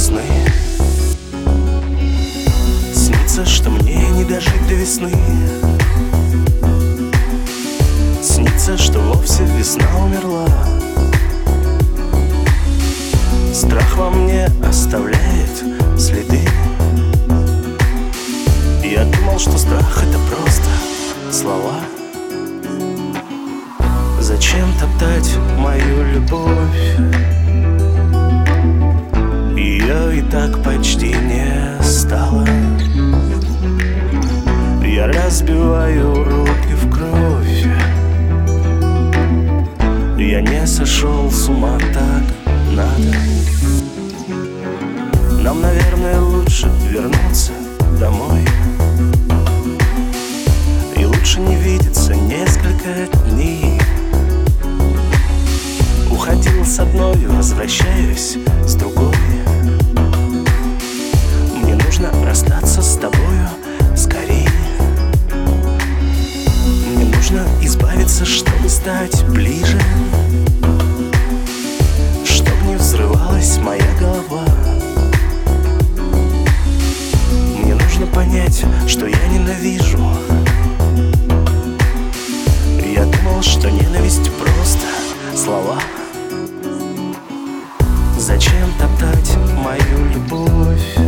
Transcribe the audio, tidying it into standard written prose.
сны. Снится, что мне не дожить до весны. Снится, что вовсе весна умерла. Страх во мне оставляет следы. Я думал, что страх — это просто слова. Зачем топтать мою любовь? Ее и так почти не стало. Я разбиваю руки в кровь. Я не сошел с ума, так надо. Нам, наверное, лучше вернуться домой. И лучше не видеться несколько дней. Уходил с одной, возвращаюсь с другой. Мне нужно расстаться с тобою скорее. Мне нужно избавиться, чтобы стать ближе, чтоб не взрывалась моя голова. Мне нужно понять, что я ненавижу. Я думал, что ненависть просто слова. Зачем топтать мою любовь?